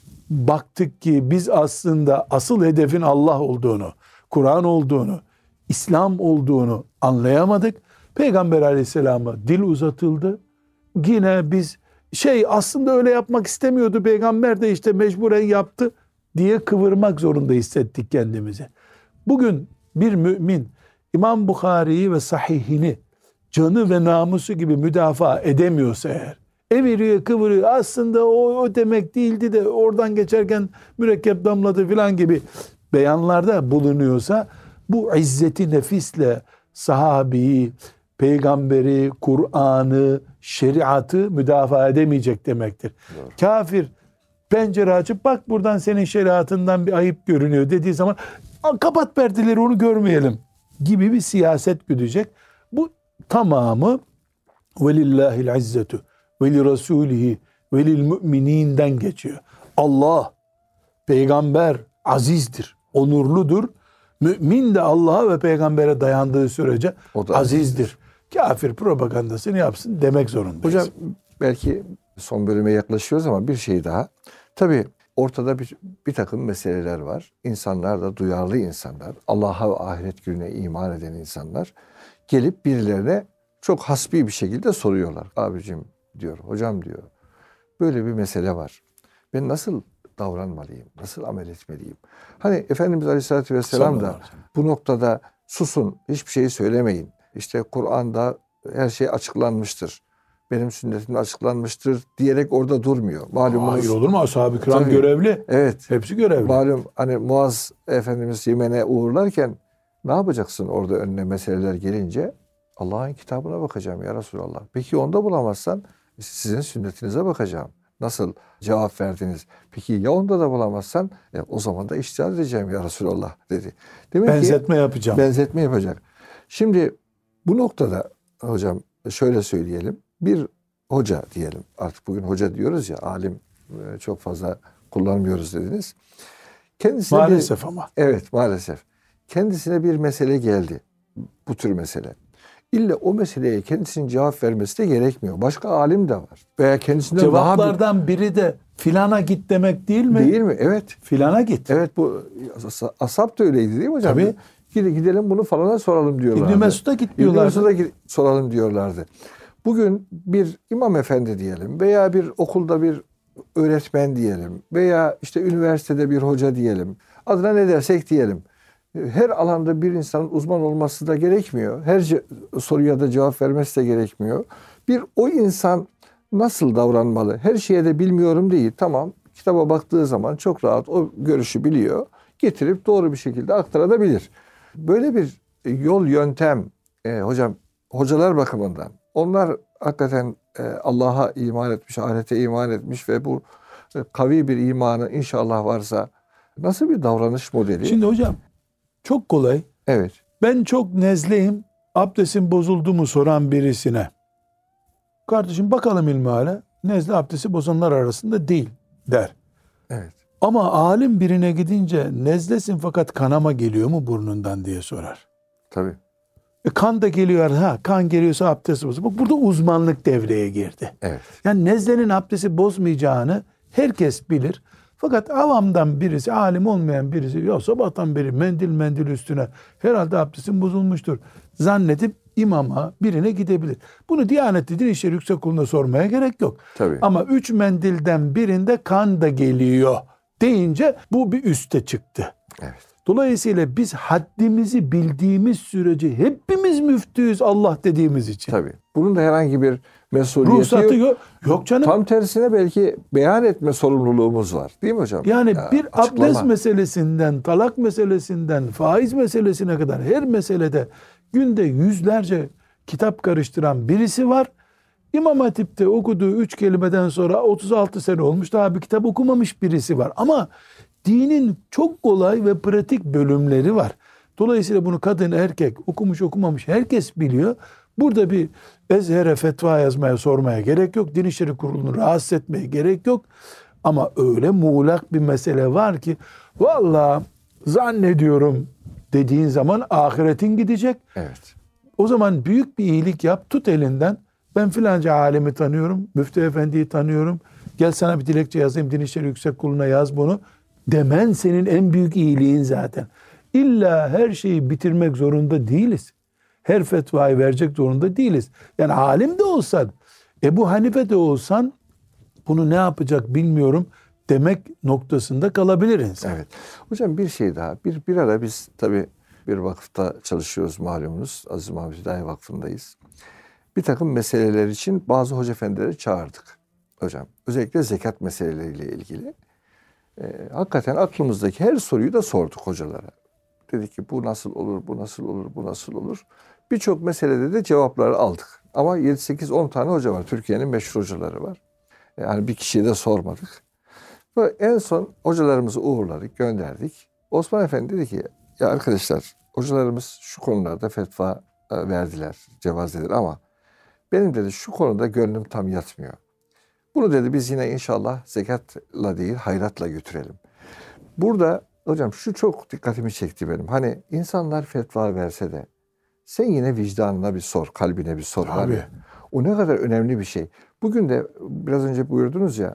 baktık ki biz aslında asıl hedefin Allah olduğunu, Kur'an olduğunu, İslam olduğunu anlayamadık. Peygamber aleyhisselama dil uzatıldı. Yine biz şey aslında öyle yapmak istemiyordu peygamber de işte mecburen yaptı diye kıvırmak zorunda hissettik kendimizi. Bugün bir mümin İmam Bukhari'yi ve sahihini canı ve namusu gibi müdafaa edemiyorsa eğer, eviriyor kıvırıyor aslında o, o demek değildi de oradan geçerken mürekkep damladı filan gibi beyanlarda bulunuyorsa bu izzeti nefisle sahabeyi, peygamberi, Kur'an'ı, şeriatı müdafaa edemeyecek demektir. Doğru. Kafir pencere açıp bak buradan senin şeriatından bir ayıp görünüyor dediği zaman kapat perdeleri onu görmeyelim gibi bir siyaset güdecek. Bu tamamı velillahil izzetu ve li rasulihi ve lil mümininden geçiyor. Allah, peygamber azizdir, onurludur. Mümin de Allah'a ve peygambere dayandığı sürece O da azizdir. Kafir propagandasını yapsın demek zorundayız. Hocam belki son bölüme yaklaşıyoruz ama bir şey daha. Tabii ortada bir, bir takım meseleler var. İnsanlar da duyarlı insanlar, Allah'a ve ahiret gününe iman eden insanlar gelip birilerine çok hasbi bir şekilde soruyorlar. Abicim diyor, hocam diyor, böyle bir mesele var. Ben nasıl davranmalıyım, nasıl amel etmeliyim? Hani Efendimiz Aleyhisselatü Vesselam da bu noktada susun, hiçbir şeyi söylemeyin. İşte Kur'an'da her şey açıklanmıştır. Benim sünnetim açıklanmıştır diyerek orada durmuyor. Malumunuz. Hayır olur mu? Ashab-ı kiram Tabii. görevli. Evet. Hepsi görevli. Malum hani Muaz Efendimiz Yemen'e uğurlarken ne yapacaksın orada önüne meseleler gelince? Allah'ın kitabına bakacağım ya Resulallah. Peki onda bulamazsan sizin sünnetinize bakacağım. Nasıl cevap verdiniz? Peki ya onda da bulamazsan e, o zaman da içtihat edeceğim ya Resulallah dedi. Demek benzetme ki, yapacağım. Benzetme yapacak. Şimdi bu noktada hocam şöyle söyleyelim. Bir hoca diyelim. Artık bugün hoca diyoruz ya, alim e, çok fazla kullanmıyoruz dediniz. Kendisine maalesef bir, ama. Evet maalesef. Kendisine bir mesele geldi. Bu tür mesele. İlla o meseleye kendisinin cevap vermesi de gerekmiyor. Başka alim de var. Veya kendisinden Cevaplardan daha bir... biri de filana git demek değil mi? Değil mi? Evet. Filana git. Evet, bu ashab da öyleydi değil mi hocam? Tabii. Gidelim bunu falana soralım diyorlardı. İbn Mesud'a git İbn diyorlardı. Mesud'a soralım diyorlardı. Bugün bir imam efendi diyelim veya bir okulda bir öğretmen diyelim veya işte üniversitede bir hoca diyelim. Adına ne dersek diyelim. Her alanda bir insanın uzman olması da gerekmiyor. Her soruya da cevap vermesi de gerekmiyor. Bir o insan nasıl davranmalı? Her şeye de bilmiyorum değil. Tamam, kitaba baktığı zaman çok rahat o görüşü biliyor. Getirip doğru bir şekilde aktarabilir. Böyle bir yol, yöntem e, hocam hocalar bakımından onlar hakikaten e, Allah'a iman etmiş, ahirete iman etmiş ve bu e, kavi bir imanı inşallah varsa nasıl bir davranış modeli? Şimdi hocam çok kolay. Evet. Ben çok nezleyim. abdestin bozuldu mu soran birisine, kardeşim bakalım ilmihale, nezle abdesti bozanlar arasında değil der. Evet. Ama alim birine gidince nezlesin fakat kanama geliyor mu burnundan diye sorar. Tabii. E kan da geliyor, ha kan geliyorsa abdesti bozulur. Bak burada uzmanlık devreye girdi. Evet. Yani nezlenin abdesti bozmayacağını herkes bilir. Fakat avamdan birisi, alim olmayan birisi, ya sabahtan beri mendil mendil üstüne herhalde abdestin bozulmuştur zannedip imama, birine gidebilir. Bunu Diyanet Din İşleri Yüksek Kurulu'na sormaya gerek yok. Tabii. Ama üç mendilden birinde kan da geliyor deyince bu bir üste çıktı. Evet. Dolayısıyla biz haddimizi bildiğimiz sürece hepimiz müftüyüz Allah dediğimiz için. Tabii. Bunun da herhangi bir mesuliyeti Ruhsatı yok. yok. Yok canım. Tam tersine belki beyan etme sorumluluğumuz var. Değil mi hocam? Yani Ya, bir açıklama. abdest meselesinden, talak meselesinden, faiz meselesine kadar her meselede günde yüzlerce kitap karıştıran birisi var. İmam Hatip'te okuduğu üç kelimeden sonra otuz altı sene olmuş, daha bir kitap okumamış birisi var. Ama dinin çok kolay ve pratik bölümleri var. Dolayısıyla bunu kadın, erkek, okumuş okumamış herkes biliyor. Burada bir Ezher'e fetva yazmaya, sormaya gerek yok. Din İşleri Kurulu'nu rahatsız etmeye gerek yok. Ama öyle muğlak bir mesele var ki vallahi zannediyorum dediğin zaman ahiretin gidecek. Evet. O zaman büyük bir iyilik yap, tut elinden. Ben filanca alemi tanıyorum, Müftü Efendi'yi tanıyorum. Gel sana bir dilekçe yazayım, Din İşleri Yüksek Kurulu'na yaz bunu. Demen senin en büyük iyiliğin zaten. İlla her şeyi bitirmek zorunda değiliz. Her fetvayı verecek zorunda değiliz. Yani alim de olsan, Ebu Hanife de olsan bunu ne yapacak bilmiyorum demek noktasında kalabilir insan. Evet. Hocam bir şey daha. Bir, bir ara biz tabii bir vakıfta çalışıyoruz malumunuz. Aziz Mahmud Hüdayi Vakfı'ndayız. Bir takım meseleler için bazı hoca efendileri çağırdık. Hocam özellikle zekat meseleleriyle ilgili. Ee, hakikaten aklımızdaki her soruyu da sorduk hocalara. Dedik ki bu nasıl olur, bu nasıl olur, bu nasıl olur. Birçok meselede de cevapları aldık. Ama yedi sekiz on tane hoca var. Türkiye'nin meşhur hocaları var. Yani bir kişiye de sormadık. Ve en son hocalarımızı uğurladık, gönderdik. Osman Efendi dedi ki, ya arkadaşlar hocalarımız şu konularda fetva verdiler, cevaz dediler ama benim dedi şu konuda gönlüm tam yatmıyor. Bunu dedi biz yine inşallah zekatla değil hayratla götürelim. Burada hocam şu çok dikkatimi çekti benim. Hani insanlar fetva verse de sen yine vicdanına bir sor, kalbine bir sor. Var ya, o ne kadar önemli bir şey. Bugün de biraz önce buyurdunuz ya,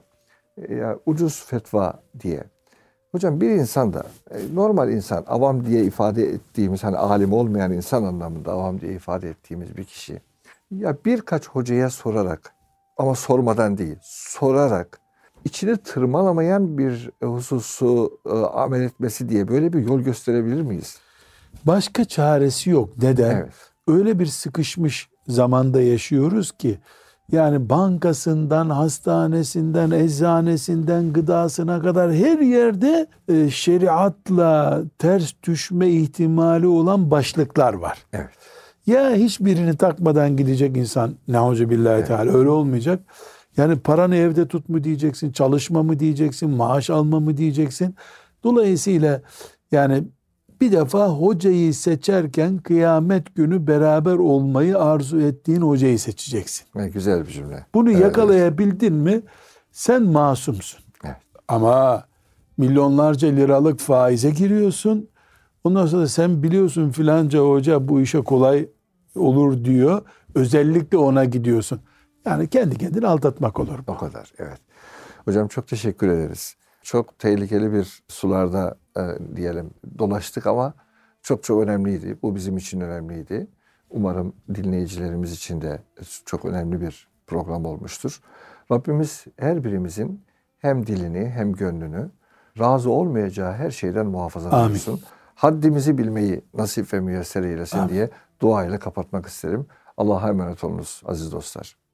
ya ucuz fetva diye. Hocam bir insan da normal insan, avam diye ifade ettiğimiz, hani alim olmayan insan anlamında avam diye ifade ettiğimiz bir kişi, ya birkaç hocaya sorarak ama sormadan değil, sorarak içini tırmalamayan bir hususu e, amel etmesi diye böyle bir yol gösterebilir miyiz? Başka çaresi yok. Neden? Evet. Öyle bir sıkışmış zamanda yaşıyoruz ki yani bankasından, hastanesinden, eczanesinden, gıdasına kadar her yerde e, şeriatla ters düşme ihtimali olan başlıklar var. Evet. Ya hiçbirini takmadan gidecek insan, neuzubillahi evet. Teala öyle olmayacak. Yani paranı evde tut mu diyeceksin, çalışma mı diyeceksin, maaş alma mı diyeceksin. Dolayısıyla yani bir defa hocayı seçerken kıyamet günü beraber olmayı arzu ettiğin hocayı seçeceksin. Evet, güzel bir cümle. Bunu evet, yakalayabildin mi sen masumsun. Evet. Ama milyonlarca liralık faize giriyorsun. Ondan sonra sen biliyorsun filanca hoca bu işe kolay olur diyor. Özellikle ona gidiyorsun. Yani kendi kendini aldatmak olur bu. O kadar, evet. Hocam çok teşekkür ederiz. Çok tehlikeli bir sularda e, diyelim dolaştık ama çok çok önemliydi. Bu bizim için önemliydi. Umarım dinleyicilerimiz için de çok önemli bir program olmuştur. Rabbimiz her birimizin hem dilini hem gönlünü razı olmayacağı her şeyden muhafaza buyursun. Haddimizi bilmeyi nasip ve müyesser eylesin Amin. Diye dua ile kapatmak isterim. Allah'a emanet olunuz aziz dostlar.